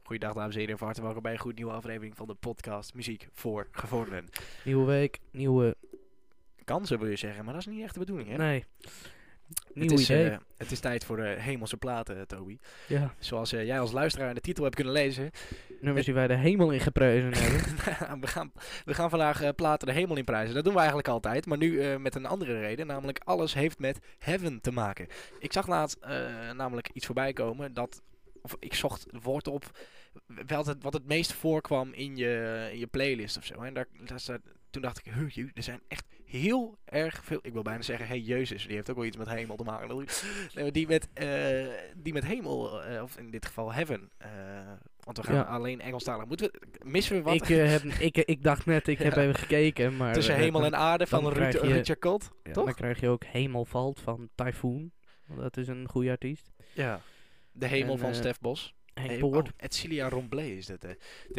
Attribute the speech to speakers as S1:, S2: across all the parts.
S1: Goeiedag dames en heren, van harte welkom bij een goed nieuwe aflevering van de podcast Muziek voor Gevorderden.
S2: Nieuwe week, nieuwe
S1: Kansen wil je zeggen, maar dat is niet echt de bedoeling, hè?
S2: Nee. Nieuw idee.
S1: Het is tijd voor de hemelse platen, Toby.
S2: Ja.
S1: Zoals jij als luisteraar in de titel hebt kunnen lezen.
S2: Nummers die wij de hemel in geprezen hebben.
S1: we gaan vandaag platen de hemel in prijzen. Dat doen we eigenlijk altijd, maar nu met een andere reden. Namelijk alles heeft met heaven te maken. Ik zag laatst namelijk iets voorbij komen dat... Of ik zocht het woord op wat het meest voorkwam in je playlist of zo. En toen dacht ik, er zijn echt heel erg veel... Ik wil bijna zeggen, hey Jezus, die heeft ook wel iets met hemel te maken. Die met hemel, of in dit geval heaven. Want we gaan alleen Engelstalig. Missen we wat?
S2: Ik dacht net, ik heb even gekeken. Maar
S1: tussen hemel en aarde van Ruud Kot, toch?
S2: Dan krijg je ook Hemel valt van Typhoon. Dat is een goede artiest.
S1: Ja. De hemel van Stef Bos. Edcilia Romblé is dat.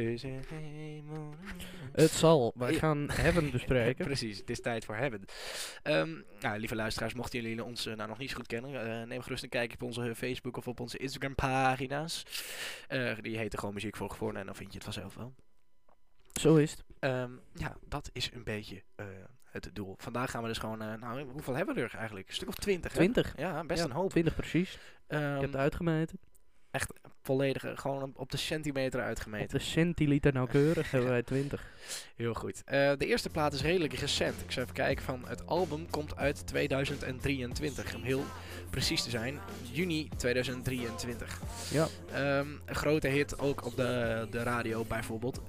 S2: Het zal. Wij gaan Heaven bespreken.
S1: Precies, het is tijd voor Heaven. Lieve luisteraars, mochten jullie ons nog niet zo goed kennen, neem gerust een kijkje op onze Facebook of op onze Instagram pagina's. Die heten gewoon Muziek voor Gevorderden en dan vind je het vanzelf wel.
S2: Zo is het.
S1: Dat is een beetje het doel. Vandaag gaan we dus gewoon... hoeveel hebben we er eigenlijk? Een stuk of 20,
S2: 20.
S1: Hè? Ja, best een hoop.
S2: 20 precies. Ik heb het uitgemeten.
S1: Echt volledig, gewoon op de centimeter uitgemeten.
S2: Op de centiliter nauwkeurig hebben wij 20.
S1: Heel goed. De eerste plaat is redelijk recent. Ik zou even kijken van het album komt uit 2023. Om heel precies te zijn, juni 2023.
S2: Ja.
S1: Een grote hit ook op de radio bijvoorbeeld.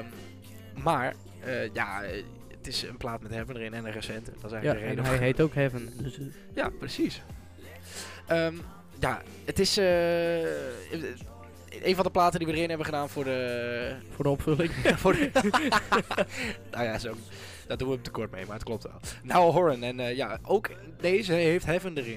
S1: Het is een plaat met Heaven erin en een recente. Dat is eigenlijk de reden.
S2: En hij heet ook Heaven. Dus,
S1: ja, precies. Het is een van de platen die we erin hebben gedaan voor de
S2: opvulling.
S1: Daar doen we hem tekort mee, maar het klopt wel. Now Horan en ook deze heeft Heaven erin.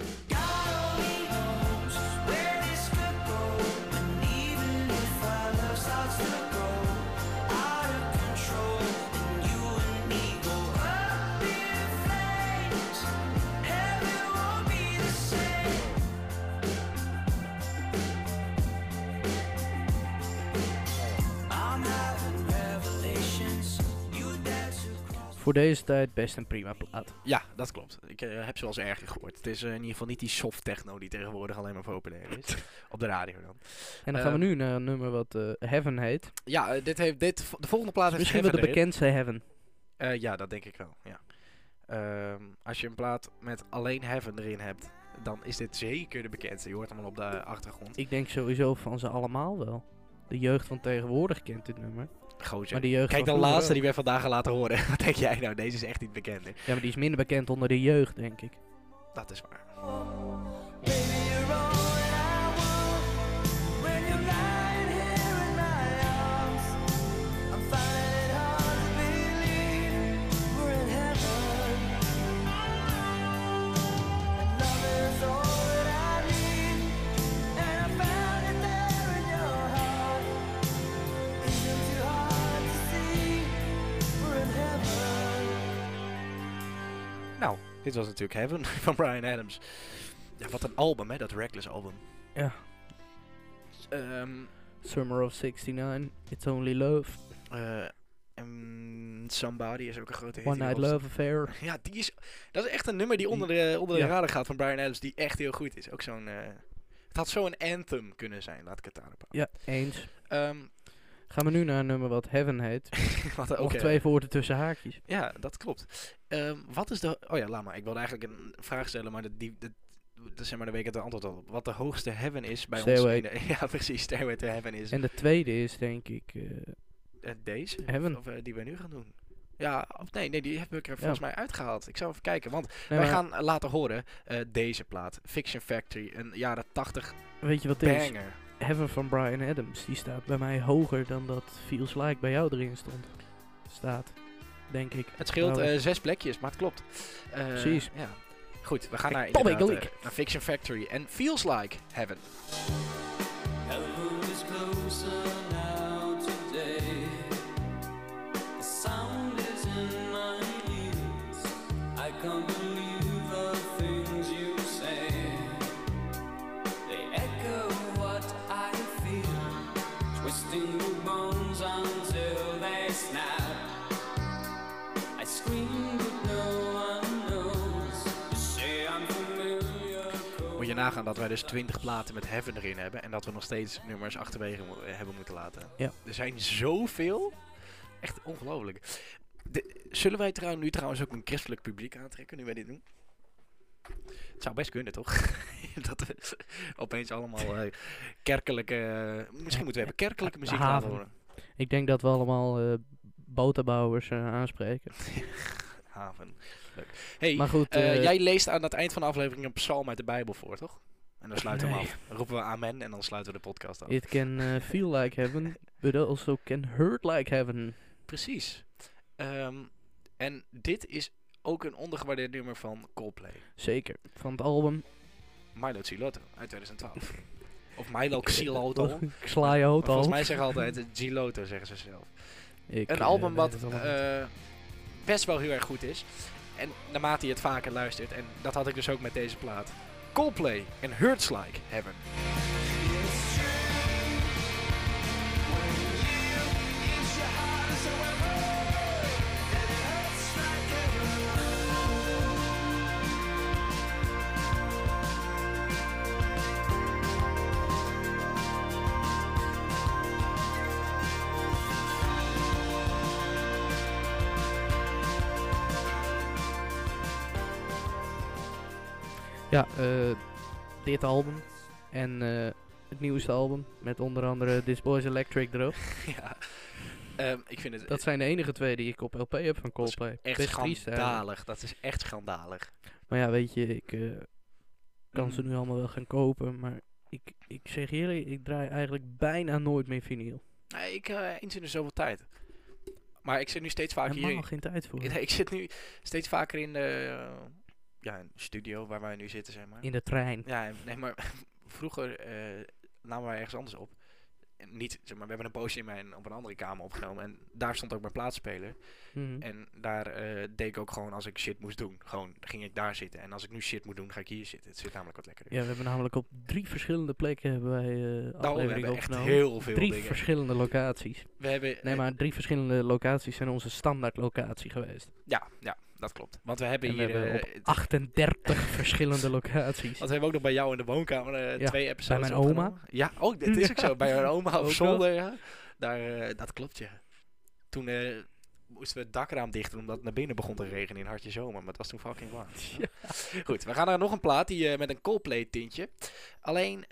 S2: Voor deze tijd best een prima plaat.
S1: Ja, dat klopt. Ik heb ze wel eens erger gehoord. Het is in ieder geval niet die soft techno die tegenwoordig alleen maar voor open is. Op de radio dan.
S2: En dan gaan we nu naar een nummer wat Heaven heet.
S1: Ja, de volgende plaat heeft
S2: misschien wel de bekendste Heaven.
S1: Ja, dat denk ik wel. Ja. Als je een plaat met alleen Heaven erin hebt, dan is dit zeker de bekendste. Je hoort hem al op de achtergrond.
S2: Ik denk sowieso van ze allemaal wel. De jeugd van tegenwoordig kent dit nummer.
S1: Gozer. Kijk, de laatste die we vandaag gaan laten horen. Wat denk jij nou? Deze is echt niet bekend. Hè?
S2: Ja, maar die is minder bekend onder de jeugd, denk ik.
S1: Dat is waar. Nou, dit was natuurlijk Heaven van Bryan Adams. Ja, wat een album, hè, dat Reckless album.
S2: Ja. Summer of 69, It's Only Love.
S1: Somebody is ook een grote hit.
S2: One Night Love Affair.
S1: Ja, dat is echt een nummer die onder de radar gaat van Bryan Adams, die echt heel goed is. Ook zo'n... het had zo'n anthem kunnen zijn, laat ik het daarop houden.
S2: Ja, eens. Gaan we nu naar een nummer wat Heaven heet. Nog 2 woorden tussen haakjes.
S1: Ja, dat klopt. Wat is de... Oh ja, laat maar. Ik wilde eigenlijk een vraag stellen, maar zeg maar, daar weet ik het antwoord op. Wat de hoogste Heaven is bij
S2: Stairway.
S1: ons. Ja, precies. Stairway to Heaven is.
S2: En de tweede is, denk ik...
S1: deze?
S2: Heaven.
S1: Of die we nu gaan doen. Ja, of nee, die heb ik er volgens mij uitgehaald. Ik zal even kijken, want wij gaan laten horen deze plaat. Fiction Factory, een jaren 80
S2: weet je wat
S1: banger.
S2: Is? Heaven van Bryan Adams, die staat bij mij hoger dan dat Feels Like bij jou erin staat, denk ik.
S1: Het scheelt 6 plekjes, maar het klopt.
S2: Precies.
S1: Ja. Goed, we gaan naar Fiction Factory en Feels Like Heaven.
S3: Heaven is closer now today. The sound is in my ears. I can't believe the things you say. They echo what I feel. twisting the bones until they snap. I scream but no one knows. You say I'm familiar.
S1: Moet je nagaan dat wij dus 20 platen met Heaven erin hebben en dat we nog steeds nummers achterwege hebben moeten laten.
S2: Ja.
S1: Er zijn zoveel. Echt ongelooflijk. Zullen wij nu trouwens ook een christelijk publiek aantrekken nu wij dit doen? Het zou best kunnen, toch? Dat we opeens allemaal kerkelijke... misschien moeten we hebben kerkelijke muziek laten
S2: Haven.
S1: horen.
S2: Ik denk dat we allemaal boterbouwers aanspreken.
S1: Haven. Leuk. Hey,
S2: Maar goed,
S1: jij leest aan het eind van de aflevering een psalm uit de Bijbel voor, toch? En dan sluiten we hem
S2: Nee.
S1: af. Dan roepen we amen en dan sluiten we de podcast af.
S2: it can feel like heaven, but also can hurt like heaven.
S1: Precies. En dit is ook een ondergewaardeerd nummer van Coldplay.
S2: Zeker. Van het album.
S1: Milo Xilotto uit 2012. Of Milo Xilotto.
S2: Ik sla je hoofd
S1: Volgens
S2: al.
S1: mij zeggen altijd Xilotto, zeggen ze zelf.
S2: Ik,
S1: Een album
S2: weet
S1: wat
S2: het allemaal niet.
S1: best wel heel erg goed is. En naarmate je het vaker luistert, en dat had ik dus ook met deze plaat. Coldplay en Hurts Like Heaven.
S2: Ja, dit album. En het nieuwste album. Met onder andere This Boy's Electric erop.
S1: Ja. Ik vind het
S2: Dat zijn de enige twee die ik op LP heb van Coldplay.
S1: echt
S2: Best triest eigenlijk.
S1: schandalig. Dat is echt schandalig.
S2: Maar ja, weet je, ik kan ze nu allemaal wel gaan kopen. Maar ik zeg je eerlijk, ik draai eigenlijk bijna nooit meer vinyl.
S1: Nee, ik eens in de zoveel tijd. Maar ik zit nu steeds vaker
S2: Helemaal
S1: hier.
S2: geen tijd voor.
S1: Nee, ik zit nu steeds vaker in de studio waar wij nu zitten, zeg maar.
S2: In de trein.
S1: Ja, nee, maar vroeger namen wij ergens anders op. En niet, zeg maar, we hebben een poosje op een andere kamer opgenomen. En daar stond ook mijn plaatspeler.
S2: Mhm.
S1: En daar deed ik ook gewoon als ik shit moest doen. Gewoon ging ik daar zitten. En als ik nu shit moet doen, ga ik hier zitten. Het zit namelijk wat lekkerder.
S2: Ja, we hebben namelijk op 3 verschillende plekken hebben wij
S1: Nou, we
S2: afleveringen
S1: hebben echt
S2: opgenomen.
S1: heel veel
S2: 3
S1: dingen.
S2: verschillende locaties.
S1: We hebben,
S2: Nee, maar 3 verschillende locaties zijn onze standaard locatie geweest.
S1: ja, dat klopt. Want we hebben
S2: En we
S1: hier...
S2: hebben op 38 verschillende locaties.
S1: Want we hebben ook nog bij jou in de woonkamer
S2: Ja,
S1: 2 episodes
S2: bij mijn oma.
S1: opgenomen. Ja, ook, dit is ook zo. Bij mijn oma
S2: Ook
S1: op zolder, ja. Daar, dat klopt, ja. Toen moesten we het dakraam dichten omdat het naar binnen begon te regenen in Hartje Zomer. Maar het was toen fucking warm.
S2: Ja.
S1: Goed, we gaan naar nog een plaat die met een Coldplay tintje. Alleen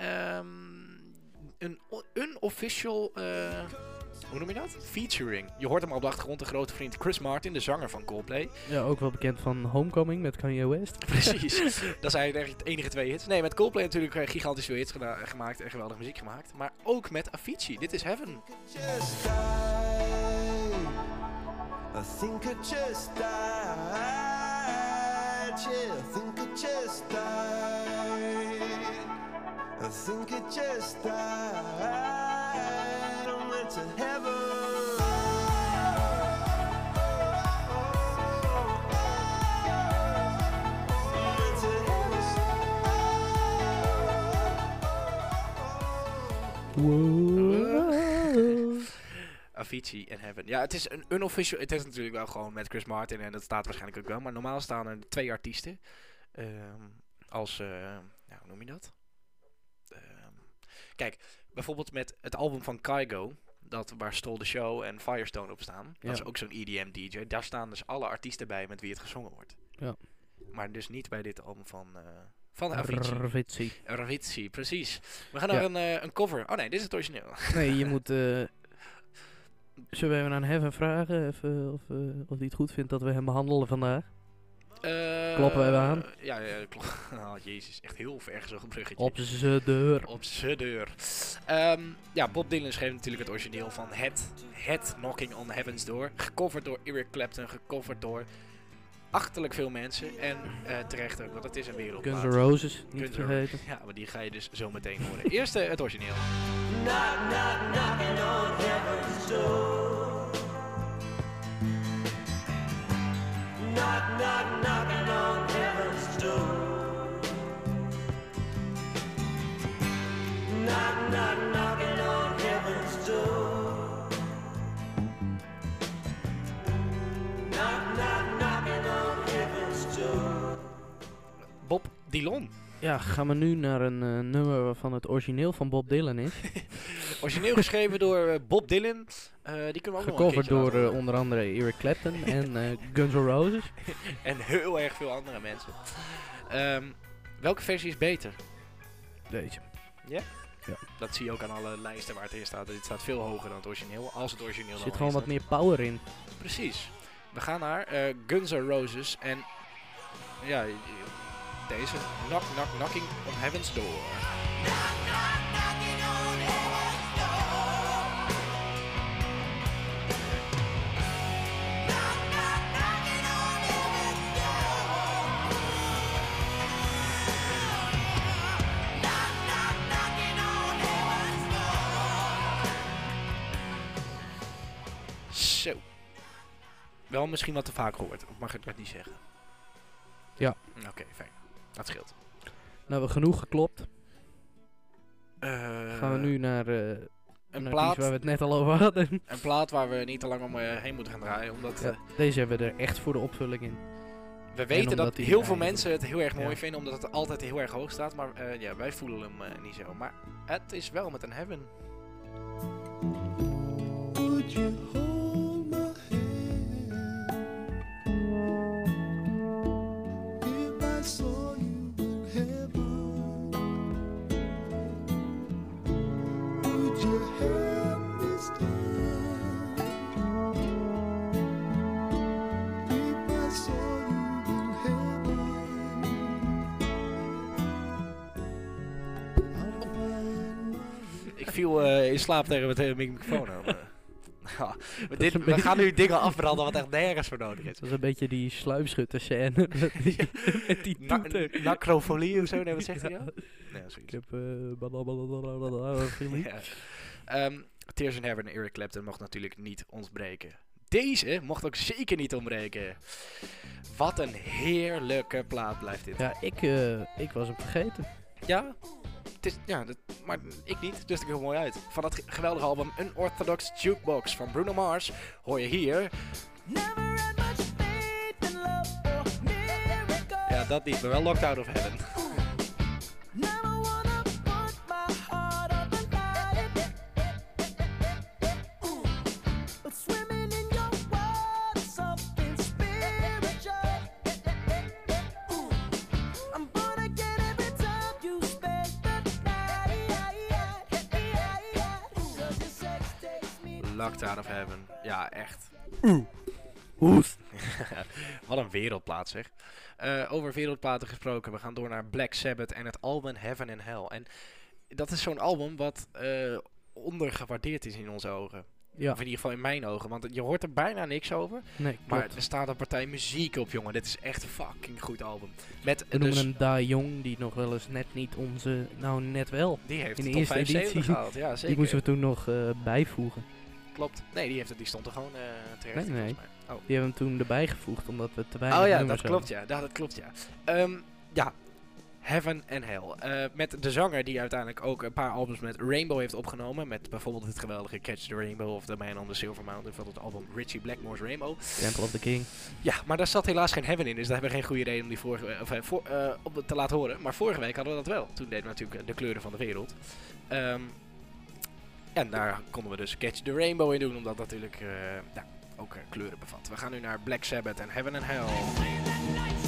S1: een unofficial... hoe noem je dat? Featuring. Je hoort hem al op de achtergrond, de grote vriend Chris Martin, de zanger van Coldplay.
S2: Ja, ook wel bekend van Homecoming met Kanye West.
S1: Precies. Dat zijn eigenlijk de enige 2 hits. Nee, met Coldplay natuurlijk gigantisch veel hits gemaakt en geweldige muziek gemaakt. Maar ook met Avicii. Dit is Heaven.
S4: Just died. I think I just died. Yeah, I think I just died. I think I just died. I went to heaven.
S2: Wow.
S1: Avicii en Heaven. Ja, het is een unofficial. Het is natuurlijk wel gewoon met Chris Martin en dat staat waarschijnlijk ook wel. Maar normaal staan er 2 artiesten. Als, hoe noem je dat? Kijk, bijvoorbeeld met het album van Kygo. Waar Stole the Show en Firestone op staan.
S2: Ja.
S1: Dat is ook zo'n EDM DJ. Daar staan dus alle artiesten bij met wie het gezongen wordt.
S2: Ja.
S1: Maar dus niet bij dit album van Avicii.
S2: Avicii.
S1: Avicii, precies. We gaan
S2: Ja.
S1: naar een cover. Oh nee, dit is het origineel.
S2: Nee, je moet... zullen we even aan Heaven vragen even of hij het goed vindt dat we hem behandelen vandaag? Kloppen we even aan?
S1: Ja, klopt. Oh, jezus, echt heel ver zo'n bruggetje.
S2: Op z'n deur.
S1: Op z'n deur. Ja, Bob Dylan schreef natuurlijk het origineel van het Knocking on Heaven's Door. Gecoverd door Eric Clapton, gecoverd door achterlijk veel mensen. En terecht ook, want het is een wereldplaat.
S2: Guns N' Roses, niet
S1: Guns N'
S2: vergeten.
S1: Ja, maar die ga je dus zo meteen horen. Eerst het origineel.
S4: Knock, knock, knocking on heaven's door. Knock, knock, knocking on heaven's door. Knock, knock, knocking on heaven's door.
S1: Dilon.
S2: Ja, gaan we nu naar een nummer waarvan het origineel van Bob Dylan is.
S1: Origineel geschreven door Bob Dylan. Die kunnen we ook nog een
S2: Gecoverd
S1: keertje
S2: door
S1: laten horen.
S2: onder andere Eric Clapton en Guns N' Roses.
S1: En heel erg veel andere mensen. Welke versie is beter?
S2: Deze.
S1: Dat zie je ook aan alle lijsten waar het in staat. Dit staat veel hoger dan het origineel. Als het origineel
S2: Er
S1: dan
S2: zit gewoon wat
S1: staat.
S2: meer power in.
S1: Precies. We gaan naar Guns N' Roses en ja, deze Knock Knock Knocking on Heaven's Door. Zo. Wel misschien wat te vaak gehoord, of mag ik dat niet zeggen?
S2: Ja.
S1: Oké, fijn. Dat scheelt.
S2: Nou, we genoeg geklopt.
S1: Eh,
S2: Gaan we nu naar
S1: een
S2: iets
S1: plaat,
S2: waar we het net al over hadden.
S1: een plaat waar we niet te lang om heen moeten gaan draaien. Omdat
S2: Ja, deze hebben we er echt voor de opvulling in.
S1: we weten
S2: omdat
S1: dat
S2: die
S1: heel veel
S2: eigenlijk-
S1: mensen het heel erg mooi
S2: Ja.
S1: vinden. Omdat het altijd heel erg hoog staat. Maar ja, wij voelen hem niet zo. Maar het is wel met een Heaven.
S4: Would you hold my hand if I saw you in heaven? Would you help me stand if I saw you in heaven? I'll find my
S1: Ik viel in slaap tegen mijn microfoon aan. Ja,
S2: is een
S1: we
S2: beetje-
S1: gaan nu dingen afbranden wat echt nergens voor nodig is.
S2: Dat is een beetje die sluipschutter-scène met die toeter.
S1: Nacrofolie of zo? Nee, wat zegt hij
S2: Ja.
S1: nou? Nee,
S2: Ik
S1: zoiets.
S2: heb geliefd.
S1: Ja. Tears in Heaven en Eric Clapton mocht natuurlijk niet ontbreken. Deze mocht ook zeker niet ontbreken. Wat een heerlijke plaat blijft dit.
S2: Ja, ik was hem vergeten.
S1: Ja, het is, ja maar ik niet, dus het komt mooi uit. Van dat geweldige album Unorthodox Jukebox van Bruno Mars hoor je hier. Ja, dat niet, maar wel Locked Out of Heaven. Locked Out of Heaven. Ja, echt.
S2: Hoest.
S1: Wat een wereldplaat zeg. Over wereldplaten gesproken, we gaan door naar Black Sabbath en het album Heaven and Hell. En dat is zo'n album wat ondergewaardeerd is in onze ogen.
S2: Ja,
S1: Of in ieder geval in mijn ogen, want je hoort er bijna niks over.
S2: nee,
S1: Maar
S2: klopt.
S1: er staat een partij muziek op, jongen. Dit is echt een fucking goed album. Met
S2: We
S1: dus,
S2: noemen hem Da Jong, die nog wel eens net niet onze... Nou, net wel.
S1: die heeft
S2: in
S1: de
S2: de
S1: top
S2: eerste
S1: 75
S2: editie.
S1: gehaald. Ja, zeker.
S2: Die moesten we toen nog bijvoegen.
S1: Klopt. Nee, die stond er gewoon terecht.
S2: Nee, nee.
S1: volgens mij. Oh.
S2: Die hebben we toen erbij gevoegd, omdat we te weinig
S1: Oh ja,
S2: nummers
S1: dat klopt ja. Ja, dat klopt ja. Ja, Heaven and Hell. Met de zanger die uiteindelijk ook een paar albums met Rainbow heeft opgenomen. Met bijvoorbeeld het geweldige Catch the Rainbow of The Man on the Silver Mountain van het album Richie Blackmore's Rainbow.
S2: Temple of the King.
S1: Ja, maar daar zat helaas geen Heaven in, dus daar hebben we geen goede reden om die op te laten horen. Maar vorige week hadden we dat wel. Toen deden we natuurlijk de kleuren van de wereld. En daar konden we dus Catch the Rainbow in doen, omdat dat natuurlijk ook kleuren bevat. We gaan nu naar Black Sabbath en Heaven and Hell.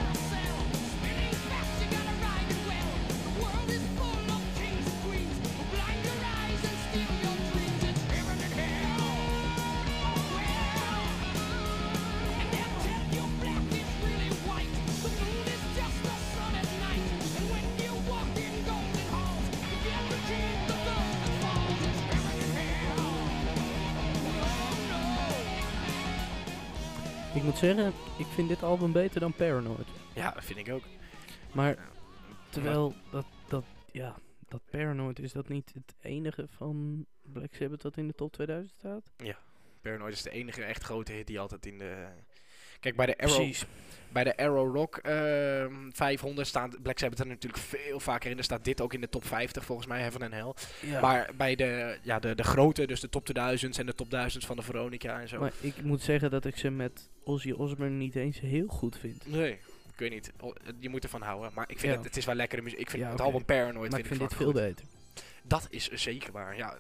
S2: Ik moet zeggen, ik vind dit album beter dan Paranoid.
S1: Ja, dat vind ik ook.
S2: Maar terwijl dat Paranoid, is dat niet het enige van Black Sabbath dat in de top 2000 staat?
S1: Paranoid is de enige echt grote hit die altijd in de... Kijk, bij de Arrow Rock 500 staat Black Sabbath er natuurlijk veel vaker in. Er staat dit ook in de top 50 volgens mij, Heaven and Hell.
S2: Ja.
S1: Maar bij de grote, dus de top 2000's en de top 1000's van de Veronica en zo.
S2: Maar ik moet zeggen dat ik ze met Ozzy Osbourne niet eens heel goed vind.
S1: Nee, Ik weet niet, je moet ervan houden. Maar ik vind
S2: Ja.
S1: het is wel lekkere muziek. Ik vind
S2: Ja,
S1: het
S2: oké.
S1: album Paranoid
S2: Maar ik vind dit
S1: fucking
S2: veel
S1: goed.
S2: beter.
S1: Dat is zeker waar, ja.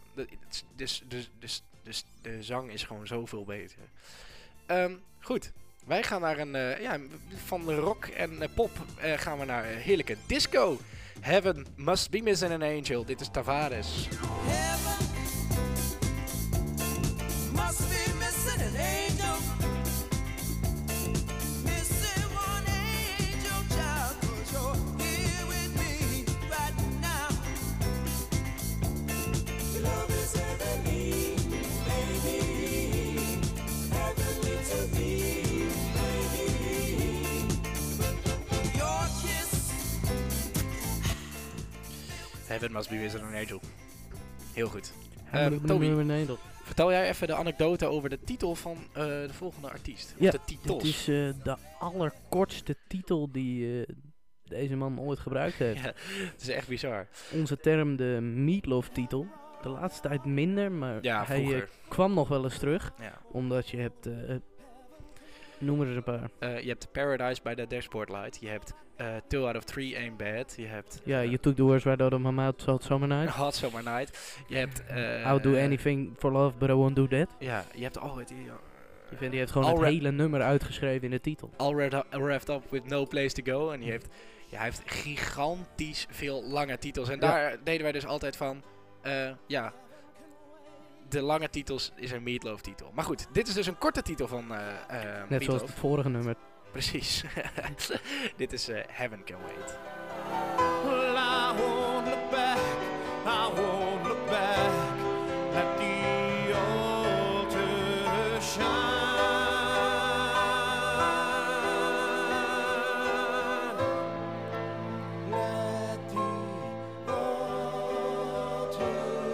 S1: Dus de zang is gewoon zoveel beter. Goed, wij gaan naar van rock en pop gaan we naar heerlijke disco. Heaven Must Be Missing an Angel. Dit is Tavares.
S5: Heaven must be missing an angel. Missing one angel child, 'cause you're here with me right now. Your love is heavenly, baby. Heavenly to me, baby. Your kiss.
S1: Heaven Must Be Missing an Angel. Heel goed.
S2: Toby.
S1: Toby, vertel jij even de anekdote over de titel van de volgende artiest.
S2: Ja,
S1: Of de titels.
S2: Dit is de allerkortste titel die deze man ooit gebruikt heeft.
S1: Ja, het is echt bizar.
S2: Onze term de Meatloaf-titel. De laatste tijd minder, maar
S1: Ja,
S2: hij
S1: vroeger.
S2: kwam nog wel eens terug.
S1: Ja.
S2: Omdat je hebt... noem er eens een paar.
S1: Je hebt Paradise by the Dashboard Light. Je hebt 2 out of 3 Ain't Bad. Je hebt
S2: Ja, You Took the Words Right Out of My Mouth, So It's Summer Night.
S1: Hot Summer Night. Je hebt...
S2: I'll Do Anything For Love, But I Won't Do That.
S1: Ja, je hebt...
S2: Die heeft gewoon het
S1: Alright.
S2: hele nummer uitgeschreven in de titel.
S1: All Wrapped Up With No Place To Go. En hij heeft gigantisch veel lange titels. En
S2: Ja.
S1: daar deden wij dus altijd van... de lange titels is een Meatloaf titel. Maar goed, dit is dus een korte titel van
S2: Net
S1: Meatloaf.
S2: zoals het vorige nummer.
S1: Precies. Dit is Heaven Can Wait.
S5: Well, I won't look back, I won't look back at the altar shine. Let the altar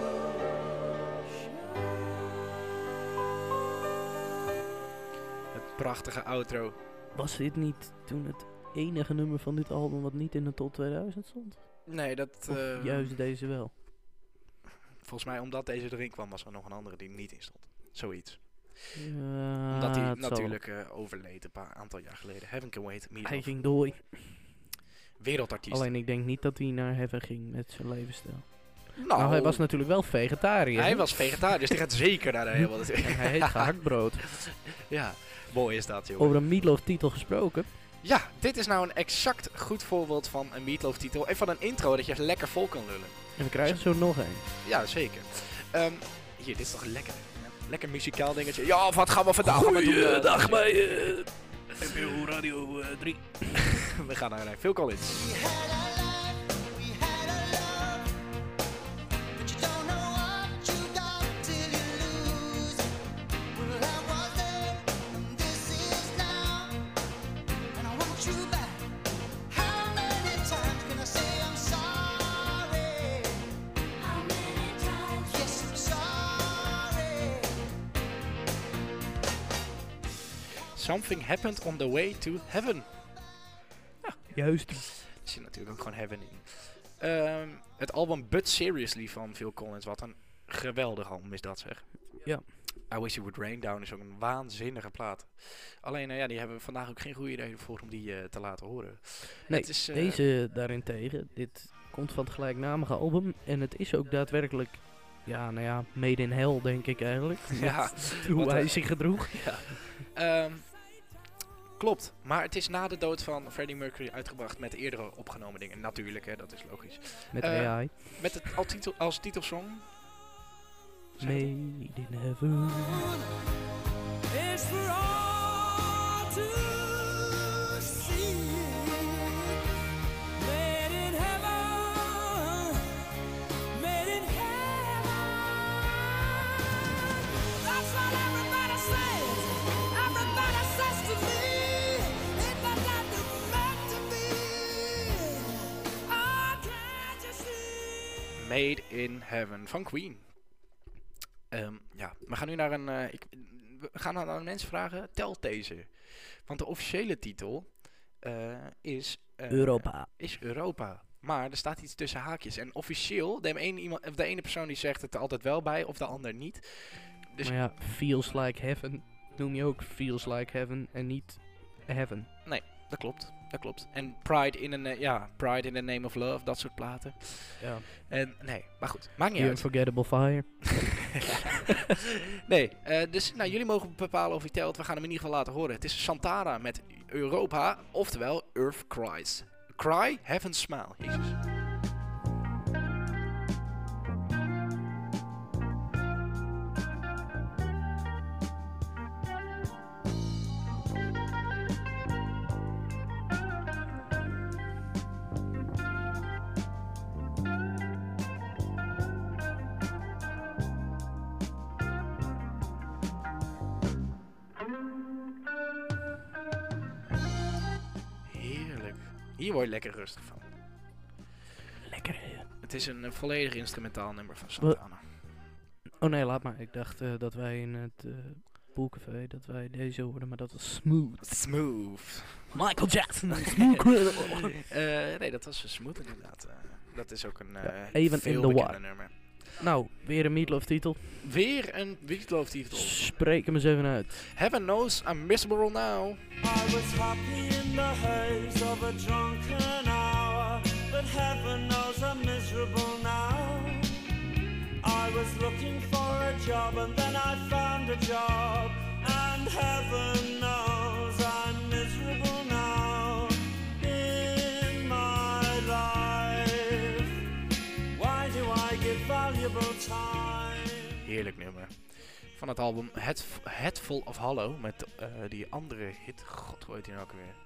S1: Het prachtige outro.
S2: Was dit niet toen het enige nummer van dit album wat niet in de top 2000 stond?
S1: Nee, dat...
S2: Of juist deze wel?
S1: Volgens mij omdat deze erin kwam was er nog een andere die er niet in stond. Zoiets.
S2: Ja,
S1: Omdat hij
S2: het zal wel.
S1: natuurlijk overleed een aantal jaar geleden. Heaven Can Wait,
S2: Hij
S1: Meatloaf.
S2: ging door.
S1: Wereldartiest.
S2: Alleen ik denk niet dat hij naar Heaven ging met zijn levensstijl.
S1: Nou,
S2: Nou, hij was natuurlijk wel vegetariër.
S1: hij
S2: hè?
S1: was vegetariër, dus die gaat zeker naar de hemel.
S2: En hij heet gehaktbrood.
S1: Ja, mooi is dat, jongen.
S2: Over een Meatloaf-titel gesproken.
S1: Ja, dit is nou een exact goed voorbeeld van een Meatloaf-titel. En van een intro dat je even lekker vol kan lullen.
S2: En we krijgen zo nog een.
S1: Ja, zeker. Hier, dit is toch lekker. Lekker muzikaal dingetje. Ja, wat gaan we vandaag gaan we doen?
S2: Goeiedag bij NPO Radio 3.
S1: We gaan naar Phil Collins.
S5: We had a life, we had a love, but you don't know what you got till you lose it. Well, I was there, and this is now, and I want you back. How many times can I say I'm sorry? How many times? Yes, I'm sorry.
S1: Something Happened on the Way to Heaven.
S2: Juist.
S1: Er zit natuurlijk ook gewoon Heaven in. Het album But Seriously van Phil Collins. Wat een geweldig album is dat, zeg.
S2: Ja.
S1: I Wish It Would Rain Down is ook een waanzinnige plaat. Alleen, ja, die hebben we vandaag ook geen goede reden voor om die te laten horen.
S2: Nee,
S1: Het is,
S2: deze daarentegen. Dit komt van het gelijknamige album. En het is ook daadwerkelijk, ja, nou ja, made in hell denk ik eigenlijk.
S1: Ja,
S2: Hoe
S1: wat,
S2: hij zich gedroeg.
S1: klopt. Maar het is na de dood van Freddie Mercury uitgebracht met eerdere opgenomen dingen. Natuurlijk, hè, dat is logisch.
S2: Met
S1: Eh,
S2: AI.
S1: Met het als titelsong. Zeg
S2: Made
S1: het.
S2: in heaven.
S5: It's for all to see. Made in heaven, made in heaven. That's what everybody says. Everybody says to me, it was not meant to be. Oh, can't you see?
S1: Made in Heaven van Queen. Ja, we gaan nu naar een... we gaan aan mensen vragen, telt deze. Want de officiële titel is...
S2: Europa.
S1: Is Europa. Maar er staat iets tussen haakjes. En officieel, de ene persoon die zegt het er altijd wel bij, of de ander niet. Dus
S2: Maar ja, feels like heaven noem je ook feels like heaven en niet heaven.
S1: dat klopt. dat klopt. En Pride in the Name of Love, dat soort platen.
S2: Ja.
S1: En nee, maar goed, maakt niet
S2: The
S1: uit.
S2: Unforgettable Fire.
S1: Nee, dus jullie mogen bepalen of hij telt. We gaan hem in ieder geval laten horen. Het is Santana met Europa, oftewel Earth Cries. Cry, Heaven Smile. Jezus. Heerlijk. Hier word je lekker rustig van.
S2: Lekker.
S1: Het is een volledig instrumentaal nummer van Santana.
S2: Oh nee, laat maar. Ik dacht dat wij in het Poolcafé, dat wij deze hoorden, maar dat was Smooth.
S1: Smooth.
S2: Michael Jackson.
S1: Nee, dat was Smooth inderdaad. Dat is ook een
S2: even
S1: veel
S2: in the
S1: bekende
S2: war.
S1: nummer.
S2: Nou, weer een Meatloaf titel.
S1: Weer een Meatloaf titel.
S2: Spreek hem eens even uit.
S1: Heaven knows I'm miserable now.
S6: I was happy in the haze of a drunken hour, but heaven knows I'm miserable now. I was looking for a job and then I found a job, and heaven knows I'm miserable now in my life. Why do I give valuable time?
S1: Heerlijk nummer. Van het album Head Full of Hollow met die andere hit. God, hoe heet die nou ook weer?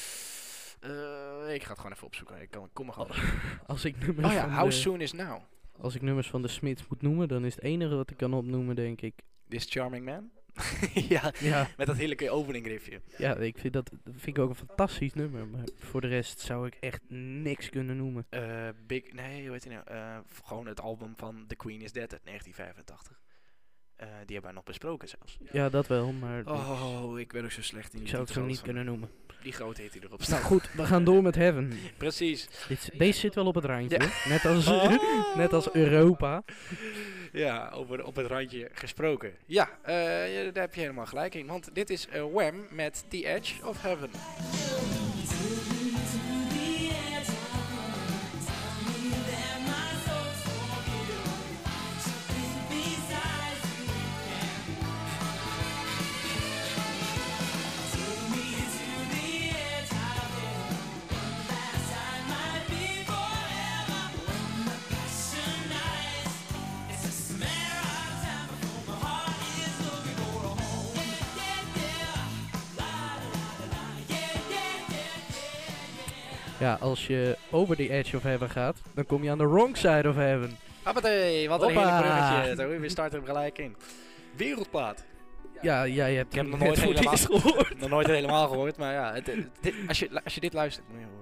S1: Ik ga het gewoon even opzoeken. Ik kom er gewoon.
S2: Als ik nummers
S1: Oh ja,
S2: van
S1: How
S2: de,
S1: Soon Is Now.
S2: als ik nummers van de Smiths moet noemen, dan is het enige wat ik kan opnoemen, denk ik.
S1: This Charming Man. Ja,
S2: Ja,
S1: met dat heerlijke opening riffje.
S2: ja, ik vind dat vind ik ook een fantastisch nummer, maar voor de rest zou ik echt niks kunnen noemen.
S1: Big, nee, hoe heet die nou? Gewoon het album van The Queen Is Dead uit 1985. Die hebben wij nog besproken zelfs.
S2: Ja, dat wel, maar
S1: Oh, ik ben ook zo slecht in
S2: ik
S1: die
S2: zou het zo
S1: titels
S2: niet
S1: van
S2: kunnen noemen.
S1: Die grote hit die erop staat.
S2: Nou goed, we gaan door met Heaven.
S1: Precies.
S2: Deze zit wel op het randje,
S1: Ja.
S2: hoor. Net als,
S1: Oh.
S2: net als Europa.
S1: Ja, over op het randje gesproken. Ja, daar heb je helemaal gelijk in. Want dit is Wham met The Edge of Heaven.
S2: Ja, als je over the edge of heaven gaat, dan kom je aan de wrong side of heaven.
S1: Hoppatee, wat een
S2: Hoppa.
S1: heerlijk bruggetje. We starten er gelijk in. Wereldplaat.
S2: Ja, jij hebt
S1: Ik heb
S2: hem
S1: nog nooit
S2: net voor het
S1: helemaal-
S2: eerst gehoord.
S1: Nog nooit helemaal gehoord, maar ja. Als je dit luistert.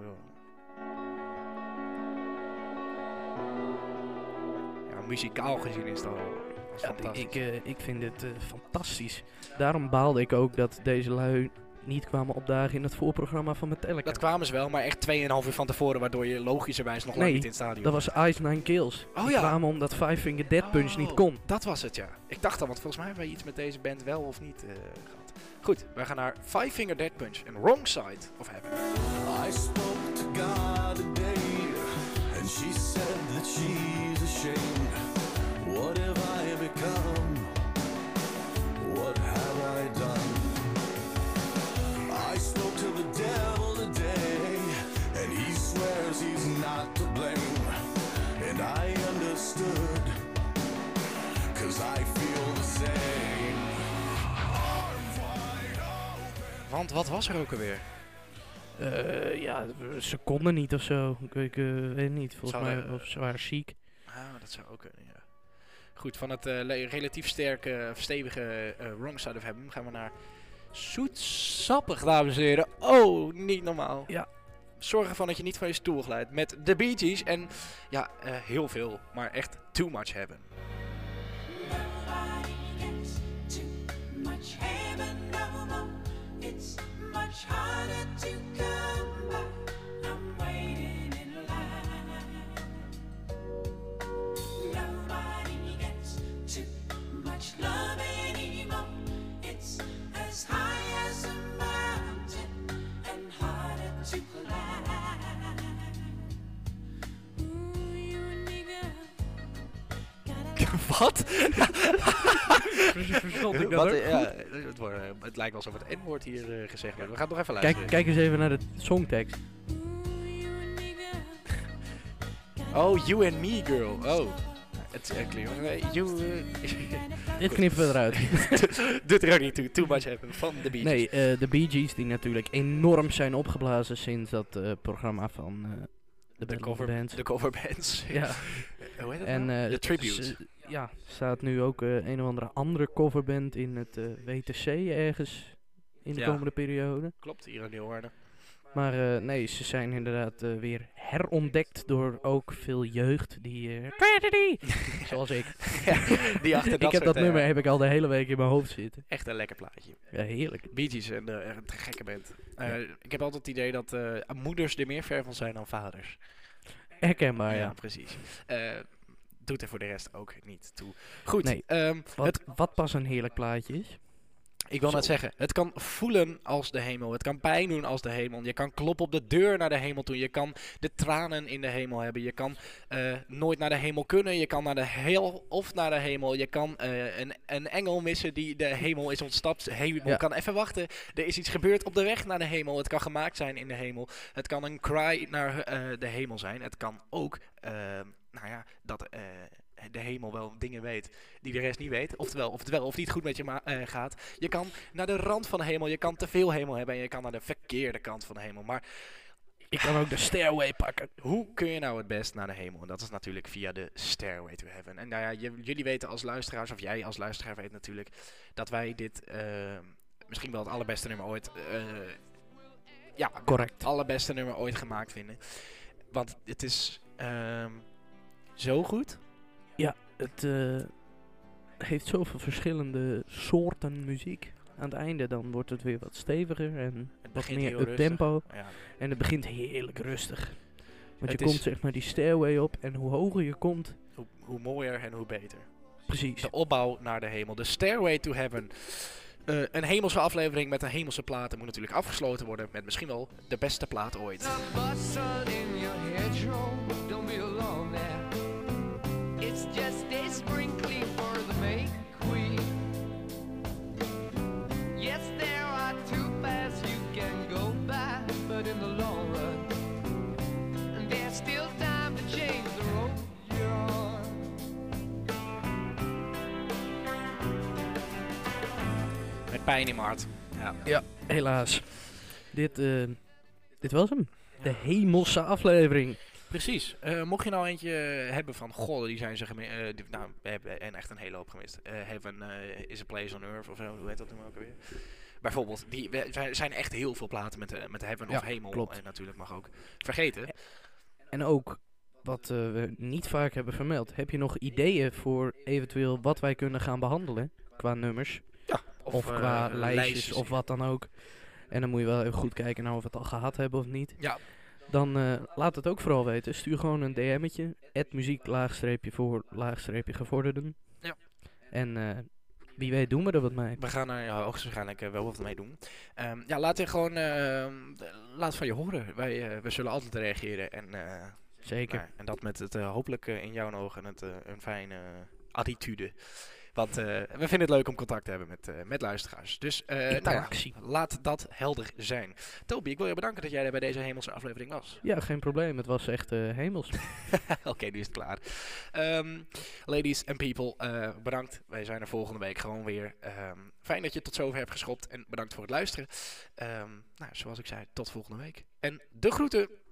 S1: Ja, muzikaal gezien is dat wel
S2: Ja,
S1: fantastisch.
S2: ik vind dit fantastisch. Daarom baalde ik ook dat deze lui niet kwamen opdagen in het voorprogramma van Metallica.
S1: Dat kwamen ze wel, maar echt 2,5 uur van tevoren, waardoor je logischerwijs nog lang
S2: Nee,
S1: niet in het stadion
S2: Dat was Ice Nine Kills.
S1: Oh
S2: Die
S1: ja.
S2: kwamen omdat Five Finger Death Punch niet kon.
S1: Dat was het, ja. Ik dacht al, want volgens mij hebben wij iets met deze band wel of niet gehad. Goed, wij gaan naar Five Finger Death Punch en Wrong Side of Heaven.
S4: I spoke to God a day, and she said that she's ashamed. What have I become? What have I done? I spoke to the devil today, and he swears he's not to blame. And I understood, 'cause I feel the same.
S1: Want wat was er ook alweer?
S2: Ja, ze konden niet of zo. Ik weet niet. Volgens mij
S1: Zouden-
S2: of ze waren ziek.
S1: Ah, dat zou ook kunnen, ja. Goed, van het relatief sterke, stevige Wrong Side of Heaven gaan we naar zoetsappig, dames en heren. Oh, niet normaal.
S2: Ja.
S1: Zorg ervan dat je niet van je stoel glijdt met de Bee Gees en ja, heel veel, maar echt too much Heaven.
S5: Nobody gets too much heaven no more. It's much harder to come by. I'm waiting in line. Nobody gets too much love anymore. It's as high as a mountain and harder to
S1: Wat?
S2: Verstond ik dat
S1: Wat,
S2: ook
S1: ja,
S2: goed?
S1: het lijkt wel alsof het N-woord hier gezegd wordt. We gaan nog even luisteren.
S2: Kijk eens even naar de songtekst.
S1: Oh, You and Me Girl. Oh. Het klinkt...
S2: Dit knippen we eruit.
S1: Doet er ook niet toe. Too Much Heaven van de Bee Gees.
S2: Nee, de Bee Gees die natuurlijk enorm zijn opgeblazen sinds dat programma van de Battle Bands.
S1: De coverbands.
S2: Ja.
S1: Hoe heet dat
S2: En
S1: nou? De tribute.
S2: Ja, staat nu ook een of andere coverband in het WTC ergens in de
S1: Ja.
S2: komende periode.
S1: Klopt, hier in Leeuwarden.
S2: Maar nee, ze zijn inderdaad weer herontdekt door ook veel jeugd die... Tragedy! Zoals ik.
S1: Die achter dat
S2: Ik heb
S1: soort,
S2: dat nummer heb ik al de hele week in mijn hoofd zitten.
S1: Echt een lekker plaatje.
S2: Ja, heerlijk.
S1: Bee Gees en een gekke band. Ik heb altijd het idee dat moeders er meer ver van zijn dan vaders.
S2: Herkenbaar,
S1: ja,
S2: ja.
S1: precies. Doet er voor de rest ook niet toe. Goed,
S2: Nee. Wat pas een heerlijk plaatje is.
S1: ik wil
S2: Zo.
S1: net zeggen, het kan voelen als de hemel. Het kan pijn doen als de hemel. Je kan kloppen op de deur naar de hemel toe. Je kan de tranen in de hemel hebben. Je kan nooit naar de hemel kunnen. Je kan naar de hel of naar de hemel. Je kan een engel missen die de hemel is ontstapt. Hemel
S2: Ja.
S1: kan even wachten. Er is iets gebeurd op de weg naar de hemel. Het kan gemaakt zijn in de hemel. Het kan een cry naar de hemel zijn. Het kan ook, dat... de hemel wel dingen weet die de rest niet weet. Oftewel, of het niet goed met je gaat. Je kan naar de rand van de hemel. Je kan te veel hemel hebben. En je kan naar de verkeerde kant van de hemel. Maar
S2: Ik kan ook de Stairway pakken.
S1: hoe kun je nou het best naar de hemel? En dat is natuurlijk via de Stairway to Heaven. En nou ja, jullie weten als luisteraars, of jij als luisteraar weet natuurlijk, dat wij dit misschien wel het allerbeste nummer ooit...
S2: Correct.
S1: Het allerbeste nummer ooit gemaakt vinden. Want het is zo goed.
S2: Het heeft zoveel verschillende soorten muziek. Aan het einde dan wordt het weer wat steviger en wat
S1: begint
S2: meer
S1: heel
S2: up
S1: rustig.
S2: tempo.
S1: Ja.
S2: En het begint heerlijk rustig. Want
S1: Het
S2: je
S1: is-
S2: komt zeg maar die stairway op en hoe hoger je komt,
S1: Hoe mooier en hoe beter.
S2: precies.
S1: De opbouw naar de hemel. De Stairway to Heaven. Een hemelse aflevering met een hemelse plaat moet natuurlijk afgesloten worden met misschien wel de beste plaat ooit.
S7: The bustle in your hedgerow, don't be alone there. It's just a sprinkling for the May Queen. Yes, there are two paths you can go by, but in the long run, there's still time to change the road you're on.
S1: Met pijn in mijn hart. Ja.
S2: Helaas. Dit was hem. De hemelse aflevering.
S1: Precies. Mocht je nou eentje hebben van, goh, die zijn ze we hebben echt een hele hoop gemist. Heaven is a place on earth of zo, hoe heet dat nu ook alweer? Bijvoorbeeld, er zijn echt heel veel platen met Heaven
S2: Ja,
S1: of Hemel.
S2: klopt.
S1: En natuurlijk mag ook vergeten.
S2: En ook, wat we niet vaak hebben vermeld. Heb je nog ideeën voor eventueel wat wij kunnen gaan behandelen? Qua nummers. Of qua lijstjes of wat dan ook. En dan moet je wel even goed kijken naar of we het al gehad hebben of niet.
S1: Ja.
S2: Dan laat het ook vooral weten. Stuur gewoon een DM'tje. @muziek_voor_gevorderden.
S1: Ja.
S2: En wie weet doen we er wat mee.
S1: We gaan er hoogstwaarschijnlijk wel wat mee doen. Laat je gewoon laat van je horen. We zullen altijd reageren. En,
S2: Zeker.
S1: en dat met het hopelijk in jouw ogen een fijne attitude. Want we vinden het leuk om contact te hebben met luisteraars. Dus
S2: Interactie.
S1: laat dat helder zijn. Toby, ik wil je bedanken dat jij er bij deze hemelse aflevering was.
S2: Ja, geen probleem. Het was echt hemels.
S1: Oké, nu is het klaar. Ladies and people, bedankt. Wij zijn er volgende week gewoon weer. Fijn dat je tot zover hebt geschopt en bedankt voor het luisteren. Zoals ik zei, tot volgende week. En de groeten!